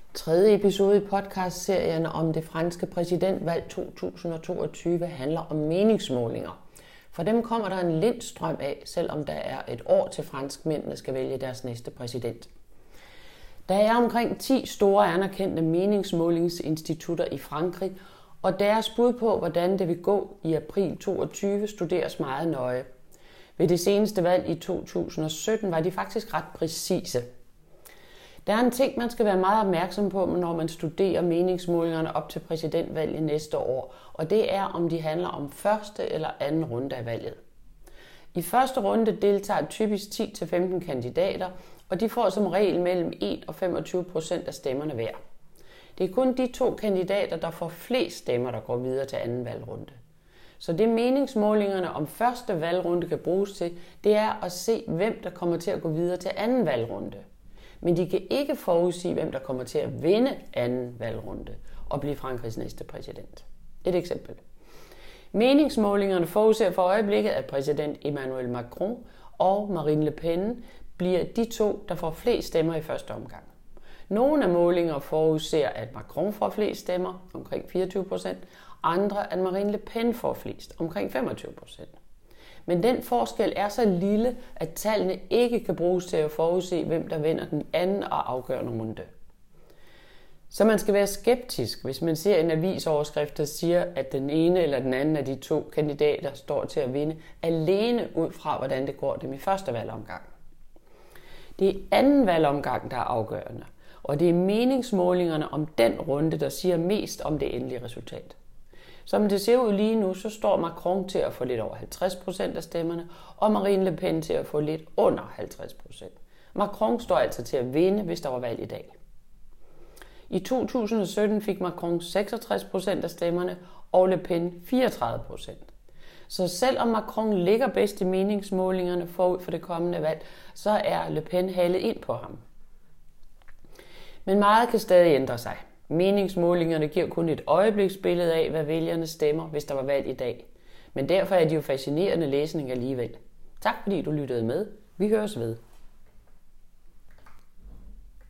Tredje episode i podcastserien om det franske præsidentvalg 2022 handler om meningsmålinger. For dem kommer der en lindstrøm af, selvom der er et år til franskmændene skal vælge deres næste præsident. Der er omkring 10 store anerkendte meningsmålingsinstitutter i Frankrig, og deres bud på, hvordan det vil gå i april 2022, studeres meget nøje. Ved det seneste valg i 2017 var de faktisk ret præcise. Der er en ting, man skal være meget opmærksom på, når man studerer meningsmålingerne op til præsidentvalget næste år, og det er, om de handler om første eller anden runde af valget. I første runde deltager typisk 10-15 kandidater, og de får som regel mellem 1 og 25% af stemmerne hver. Det er kun de 2 kandidater, der får flest stemmer, der går videre til anden valgrunde. Så det meningsmålingerne om første valgrunde kan bruges til, det er at se, hvem der kommer til at gå videre til anden valgrunde. Men de kan ikke forudsige, hvem der kommer til at vinde anden valgrunde og blive Frankrigs næste præsident. Et eksempel. Meningsmålingerne forudser for øjeblikket, at præsident Emmanuel Macron og Marine Le Pen bliver de 2, der får flest stemmer i første omgang. Nogle af målinger forudser, at Macron får flest stemmer, omkring 24%, andre at Marine Le Pen får flest, omkring 25%. Men den forskel er så lille, at tallene ikke kan bruges til at forudse, hvem der vinder den anden og afgørende runde. Så man skal være skeptisk, hvis man ser en avisoverskrift, der siger, at den ene eller den anden af de 2 kandidater står til at vinde, alene ud fra, hvordan det går dem i første valgomgang. Det er anden valgomgang, der er afgørende, og det er meningsmålingerne om den runde, der siger mest om det endelige resultat. Som det ser ud lige nu, så står Macron til at få lidt over 50% af stemmerne, og Marine Le Pen til at få lidt under 50%. Macron står altså til at vinde, hvis der var valg i dag. I 2017 fik Macron 66% af stemmerne, og Le Pen 34%. Så selvom Macron ligger bedst i meningsmålingerne forud for det kommende valg, så er Le Pen halet ind på ham. Men meget kan stadig ændre sig. Meningsmålingerne giver kun et øjebliksbillede af, hvad vælgerne stemmer, hvis der var valg i dag. Men derfor er de jo fascinerende læsning alligevel. Tak fordi du lyttede med. Vi høres ved.